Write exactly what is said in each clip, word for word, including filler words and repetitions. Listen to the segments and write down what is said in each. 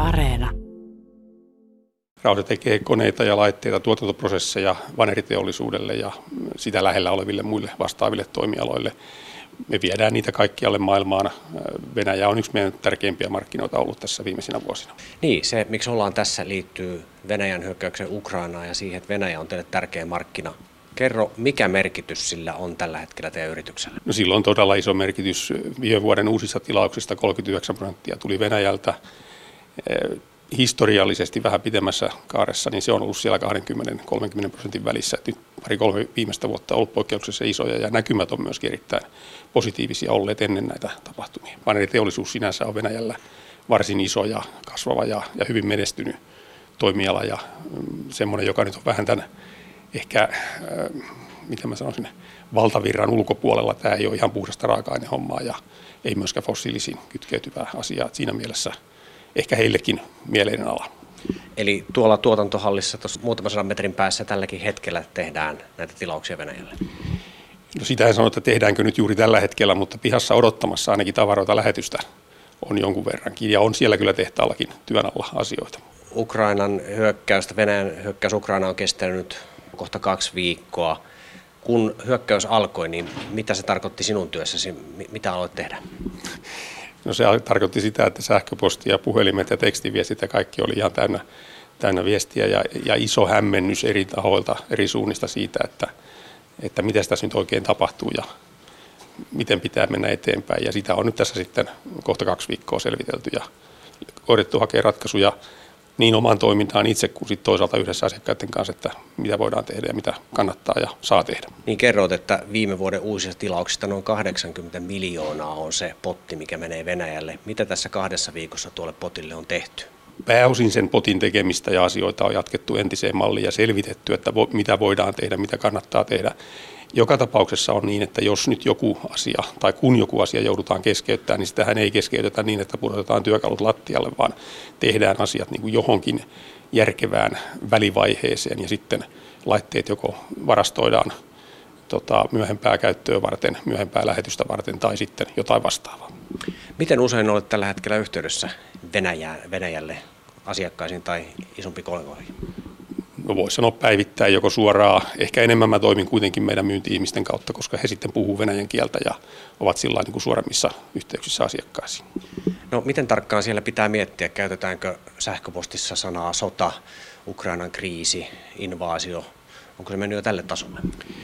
Areena. Raude tekee koneita ja laitteita, tuotantoprosesseja vaneriteollisuudelle ja sitä lähellä oleville muille vastaaville toimialoille. Me viedään niitä kaikkialle maailmaan. Venäjä on yksi meidän tärkeimpiä markkinoita ollut tässä viimeisinä vuosina. Niin, se miksi ollaan tässä liittyy Venäjän hyökkäyksen Ukrainaan ja siihen, että Venäjä on teille tärkeä markkina. Kerro, mikä merkitys sillä on tällä hetkellä teidän yrityksellä? No, sillä on todella iso merkitys. Viime vuoden uusista tilauksista kolmekymmentäyhdeksän prosenttia tuli Venäjältä. Historiallisesti vähän pidemmässä kaaressa, niin se on ollut siellä kaksikymmentä kolmekymmentä prosentin välissä. Nyt pari-kolme viimeistä vuotta on ollut poikkeuksessa isoja ja näkymät on myöskin erittäin positiivisia olleet ennen näitä tapahtumia. Vaneriteollisuus sinänsä on Venäjällä varsin iso ja kasvava ja, ja hyvin menestynyt toimiala ja mm, semmoinen, joka nyt on vähän tämän ehkä, äh, miten mä sanoisin, valtavirran ulkopuolella. Tämä ei ole ihan puhdasta raaka-ainehommaa ja ei myöskään fossiilisiin kytkeytyvää asiaa. Siinä mielessä ehkä heillekin mieleinen ala. Eli tuolla tuotantohallissa tuossa muutaman sadan metrin päässä tälläkin hetkellä tehdään näitä tilauksia Venäjälle? No sitä en sano, että tehdäänkö nyt juuri tällä hetkellä, mutta pihassa odottamassa ainakin tavaroita lähetystä on jonkun verrankin. Ja on siellä kyllä tehtaallakin työn alla asioita. Ukrainan hyökkäystä, Venäjän hyökkäys Ukraina on kestänyt kohta kaksi viikkoa. Kun hyökkäys alkoi, niin mitä se tarkoitti sinun työssäsi? Mitä aloit tehdä? No se tarkoitti sitä, että sähköposti ja puhelimet ja tekstiviestit ja kaikki oli ihan täynnä, täynnä viestiä ja, ja iso hämmennys eri tahoilta, eri suunnista siitä, että, että mitä tässä nyt oikein tapahtuu ja miten pitää mennä eteenpäin. Ja sitä on nyt tässä sitten kohta kaksi viikkoa selvitelty ja koitettu hakea ratkaisuja niin omaan toimintaan itse kuin sitten toisaalta yhdessä asiakkaiden kanssa, että mitä voidaan tehdä ja mitä kannattaa ja saa tehdä. Niin kerroit, että viime vuoden uusista tilauksista noin kahdeksankymmentä miljoonaa on se potti, mikä menee Venäjälle. Mitä tässä kahdessa viikossa tuolle potille on tehty? Pääosin sen potin tekemistä ja asioita on jatkettu entiseen malliin ja selvitetty, että vo, mitä voidaan tehdä, mitä kannattaa tehdä. Joka tapauksessa on niin, että jos nyt joku asia tai kun joku asia joudutaan keskeyttämään, niin sitähän ei keskeytetä niin, että pudotetaan työkalut lattialle, vaan tehdään asiat niin kuin johonkin järkevään välivaiheeseen ja sitten laitteet joko varastoidaan tota, myöhempää käyttöä varten, myöhempää lähetystä varten tai sitten jotain vastaavaa. Miten usein olet tällä hetkellä yhteydessä Venäjään, Venäjälle asiakkaisiin tai isompiin kollegoihin? No voisi sanoa päivittäin joko suoraan, ehkä enemmän mä toimin kuitenkin meidän myynti-ihmisten kautta, koska he sitten puhuu venäjän kieltä ja ovat sillä niin kuin suoremmissa yhteyksissä asiakkaisiin. No miten tarkkaan siellä pitää miettiä, käytetäänkö sähköpostissa sanaa sota, Ukrainan kriisi, invaasio, onko se mennyt jo tälle tasolle?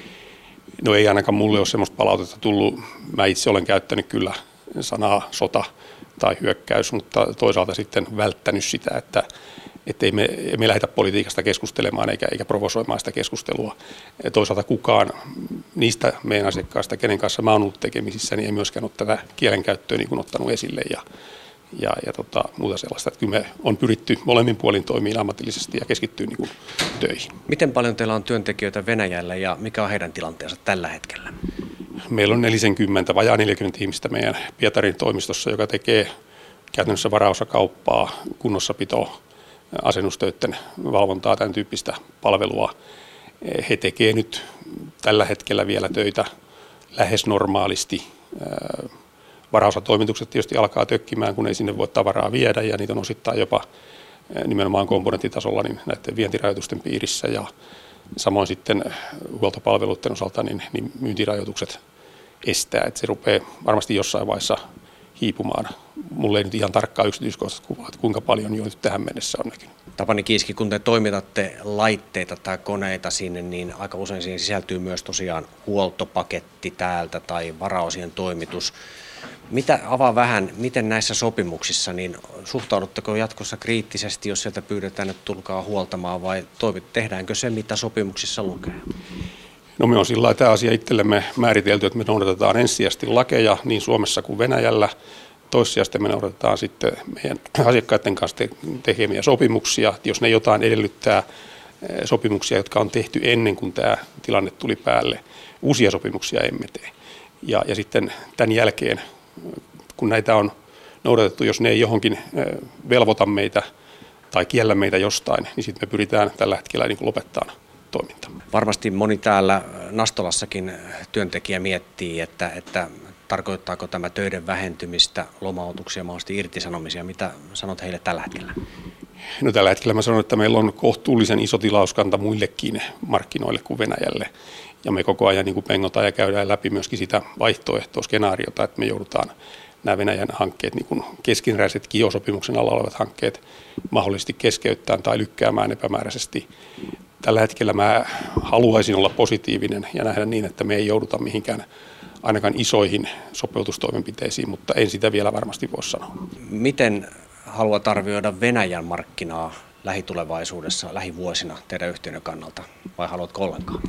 No ei ainakaan mulle ole sellaista palautetta tullut, mä itse olen käyttänyt kyllä sanaa sota tai hyökkäys, mutta toisaalta sitten välttänyt sitä, että Että ei me, me lähdetä politiikasta keskustelemaan eikä, eikä provosoimaan sitä keskustelua. Toisaalta kukaan niistä meidän asiakkaista, kenen kanssa mä oon ollut tekemisissä, niin ei myöskään ole tätä kielenkäyttöä niin kuin ottanut esille ja, ja, ja tota, muuta sellaista. Että kyllä me on pyritty molemmin puolin toimimaan ammatillisesti ja keskittyä niin kuin töihin. Miten paljon teillä on työntekijöitä Venäjällä ja mikä on heidän tilanteensa tällä hetkellä? Meillä on neljäkymmentä, vajaa neljäkymmentä ihmistä meidän Pietarin toimistossa, joka tekee käytännössä varaosakauppaa, kunnossapitoa, asennustöiden valvontaa, tämän tyyppistä palvelua. He tekevät nyt tällä hetkellä vielä töitä lähes normaalisti. Varaosatoimitukset tietysti alkaa tökkimään, kun ei sinne voi tavaraa viedä ja niitä on osittain jopa nimenomaan komponenttitasolla niin näiden vientirajoitusten piirissä ja samoin sitten huoltopalveluiden osalta niin, niin myyntirajoitukset estää, että se rupeaa varmasti jossain vaiheessa hiipumaan. Mulla ei nyt ihan tarkkaa yksityiskohtaista kuvaa, että kuinka paljon jo nyt tähän mennessä on näkynyt. Tapani Kiiski, kun te toimitatte laitteita tai koneita sinne, niin aika usein siihen sisältyy myös tosiaan huoltopaketti täältä tai varaosien toimitus. Mitä avaa vähän, miten näissä sopimuksissa, niin suhtaudutteko jatkossa kriittisesti, jos sieltä pyydetään, että tulkaa huoltamaan vai tehdäänkö se, mitä sopimuksissa lukee? No me on sillä lailla tämä asia itsellemme määritelty, että me noudatetaan ensisijaisesti lakeja niin Suomessa kuin Venäjällä. Toissijasti me noudatetaan sitten meidän asiakkaiden kanssa tekemiä sopimuksia. Jos ne jotain edellyttää sopimuksia, jotka on tehty ennen kuin tämä tilanne tuli päälle, uusia sopimuksia emme tee. Ja, ja sitten tämän jälkeen, kun näitä on noudatettu, jos ne ei johonkin velvoita meitä tai kiellä meitä jostain, niin sitten me pyritään tällä hetkellä niin kuin lopettaa toiminta. Varmasti moni täällä Nastolassakin työntekijä miettii, että, että Tarkoittaako tämä töiden vähentymistä, lomautuksia, mahdollisesti irtisanomisia? Mitä sanot heille tällä hetkellä? No tällä hetkellä mä sanon, että meillä on kohtuullisen iso tilauskanta muillekin markkinoille kuin Venäjälle. Ja me koko ajan niin kuin pengotaan ja käydään läpi myöskin sitä vaihtoehtoa, skenaariota, että me joudutaan nämä Venäjän hankkeet, niin kuin keskinäiset K I O-sopimuksen alla olevat hankkeet, mahdollisesti keskeyttämään tai lykkäämään epämääräisesti. Tällä hetkellä mä haluaisin olla positiivinen ja nähdä niin, että me ei jouduta mihinkään ainakaan isoihin sopeutustoimenpiteisiin, mutta en sitä vielä varmasti voi sanoa. Miten haluat arvioida Venäjän markkinaa lähitulevaisuudessa, lähivuosina teidän yhtiön kannalta, vai haluatko ollenkaan?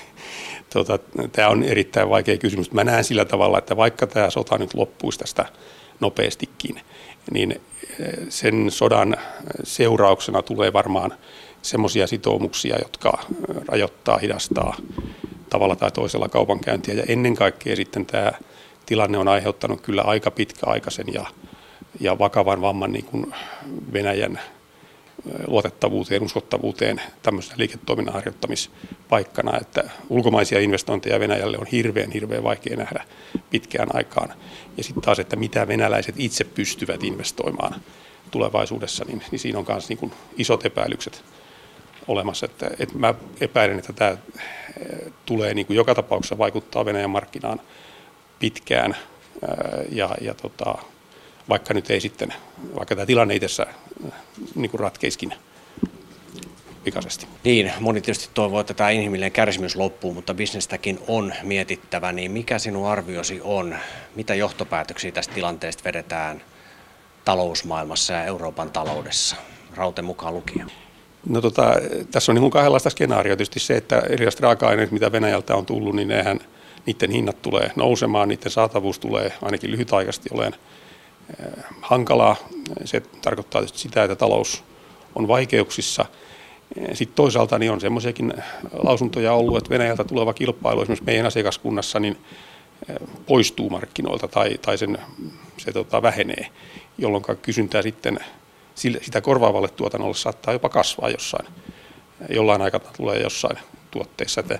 Tota, tämä on erittäin vaikea kysymys. Mä näen sillä tavalla, että vaikka tämä sota nyt loppuisi tästä nopeastikin, niin sen sodan seurauksena tulee varmaan semmoisia sitoumuksia, jotka rajoittaa, hidastaa tavalla tai toisella kaupankäyntiä. Ja ennen kaikkea sitten tämä tilanne on aiheuttanut kyllä aika pitkäaikaisen ja, ja vakavan vamman niin kuin Venäjän luotettavuuteen, uskottavuuteen tämmöisenä liiketoiminnan harjoittamispaikkana, että ulkomaisia investointeja Venäjälle on hirveän, hirveän vaikea nähdä pitkään aikaan. Ja sitten taas, että mitä venäläiset itse pystyvät investoimaan tulevaisuudessa, niin, niin siinä on myös niin kuin isot epäilykset olemassa. Että, että mä epäilen, että tämä tulee niin kuin joka tapauksessa vaikuttaa Venäjän markkinaan pitkään ja, ja tota, vaikka nyt ei sitten, vaikka tämä tilanne itsessä niin kuin ratkeiskin pikaisesti. Niin, moni tietysti toivoo, että tämä inhimillinen kärsimys loppuu, mutta bisnestäkin on mietittävä, niin mikä sinun arviosi on? Mitä johtopäätöksiä tästä tilanteesta vedetään talousmaailmassa ja Euroopan taloudessa, Raute mukaan lukien? No tota, tässä on niin kuin kahdenlaista skenaarioa. Tietysti se, että erilaiset raaka-aineet, mitä Venäjältä on tullut, niin nehän, niiden hinnat tulee nousemaan, niiden saatavuus tulee ainakin lyhytaikaisesti olemaan hankalaa. Se tarkoittaa tietysti sitä, että talous on vaikeuksissa. Sitten toisaalta niin on semmoisiakin lausuntoja ollut, että Venäjältä tuleva kilpailu esimerkiksi meidän asiakaskunnassa niin poistuu markkinoilta tai, tai sen, se tota, vähenee, jolloin kysyntää sitten sitä korvaavalle tuotannolle saattaa jopa kasvaa jossain, jollain aikana tulee jossain tuotteissa. Että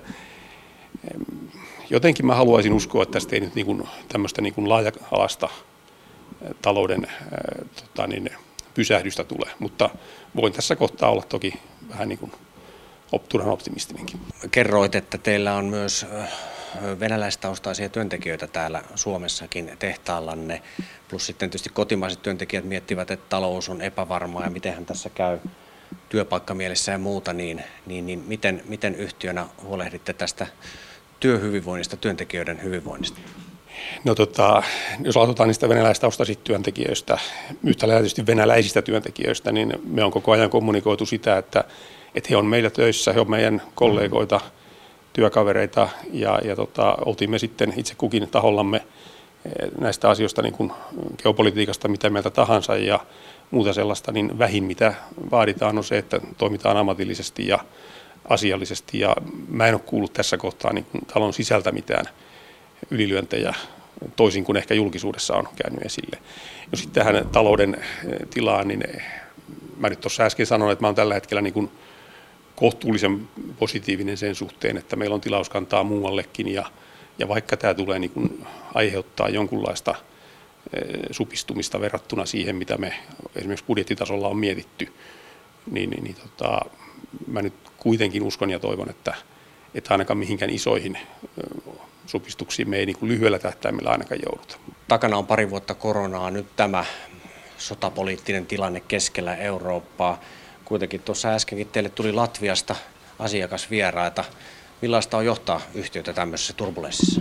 jotenkin mä haluaisin uskoa, että tästä ei nyt niin kuin tämmöistä niin kuin laaja-alasta talouden tota niin, pysähdystä tule, mutta voin tässä kohtaa olla toki vähän niin kuin turhan optimistinenkin. Kerroit, että teillä on myös venäläistaustaisia työntekijöitä täällä Suomessakin tehtaallanne, plus sitten tietysti kotimaiset työntekijät miettivät, että talous on epävarmaa ja mitenhän tässä käy työpaikkamielessä ja muuta, niin, niin, niin miten, miten yhtiönä huolehditte tästä työhyvinvoinnista, työntekijöiden hyvinvoinnista? No tota, jos aloitetaan niistä venäläistaustaisista työntekijöistä, yhtä lailla tietysti venäläisistä työntekijöistä, niin me on koko ajan kommunikoitu sitä, että, että he on meillä töissä, he on meidän kollegoita, työkavereita ja, ja tota, oltiin me sitten itse kukin tahollamme näistä asioista niin kuin geopolitiikasta, mitä mieltä tahansa ja muuta sellaista, niin vähin mitä vaaditaan on se, että toimitaan ammatillisesti ja asiallisesti ja mä en ole kuullut tässä kohtaa niin kuin talon sisältä mitään ylilyöntejä, toisin kuin ehkä julkisuudessa on käynyt esille. No sitten tähän talouden tilaan, niin mä nyt tuossa äsken sanoin, että mä oon tällä hetkellä niin kuin kohtuullisen positiivinen sen suhteen, että meillä on tilauskantaa muuallekin ja, ja vaikka tämä tulee niin kuin aiheuttaa jonkunlaista supistumista verrattuna siihen, mitä me esimerkiksi budjettitasolla on mietitty, niin, niin, niin tota, mä nyt kuitenkin uskon ja toivon, että, että ainakaan mihinkään isoihin supistuksiin me ei niin kuin lyhyellä tähtäimellä ainakaan jouduta. Takana on pari vuotta koronaa, nyt tämä sotapoliittinen tilanne keskellä Eurooppaa. Kuitenkin tuossa äskenkin teille tuli Latviasta asiakasvieraita. Millaista on johtaa yhtiötä tämmöisessä turbulenssissa?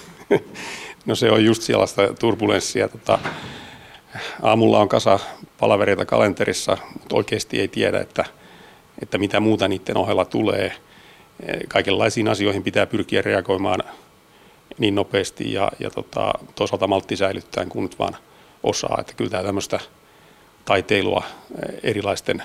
No se on just sellaista turbulenssia. Tota, aamulla on kasa palavereita kalenterissa, mutta oikeasti ei tiedä, että, että mitä muuta niiden ohella tulee. Kaikenlaisiin asioihin pitää pyrkiä reagoimaan niin nopeasti ja, ja tota, toisaalta maltti säilyttäen kun nyt vaan osaa. Että kyllä tämä tämmöistä taiteilua erilaisten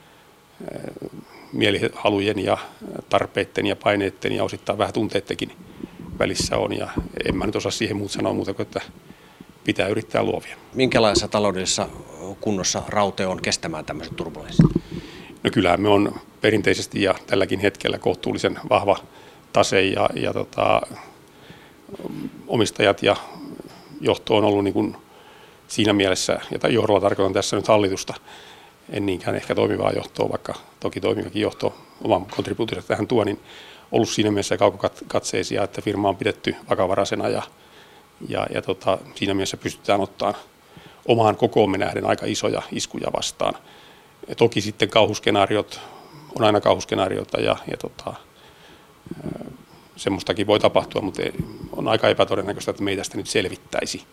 mielihalujen ja tarpeiden ja paineiden ja osittain vähän tunteittenkin välissä on. Ja en mä nyt osaa siihen muuta sanoa muuta kuin, että pitää yrittää luovia. Minkälaisessa taloudellisessa kunnossa Raute on kestämään tämmöiset turbulenssit? No kyllähän me on perinteisesti ja tälläkin hetkellä kohtuullisen vahva tase ja, ja tota, omistajat ja johto on ollut niin kuin siinä mielessä, ja johdolla tarkoitan tässä nyt hallitusta, en niinkään ehkä toimivaa johtoa, vaikka toki toimivakin johto oman kontribuutionsa tähän tuo, niin ollut siinä mielessä kaukokatseisia, että firma on pidetty vakavaraisena ja, ja, ja tota, siinä mielessä pystytään ottamaan omaan kokoomme nähden aika isoja iskuja vastaan. Ja toki sitten kauhuskenaariot on aina kauhuskenaariota ja, ja tota, semmoistakin voi tapahtua, mutta on aika epätodennäköistä, että meitä tästä nyt selvittäisi.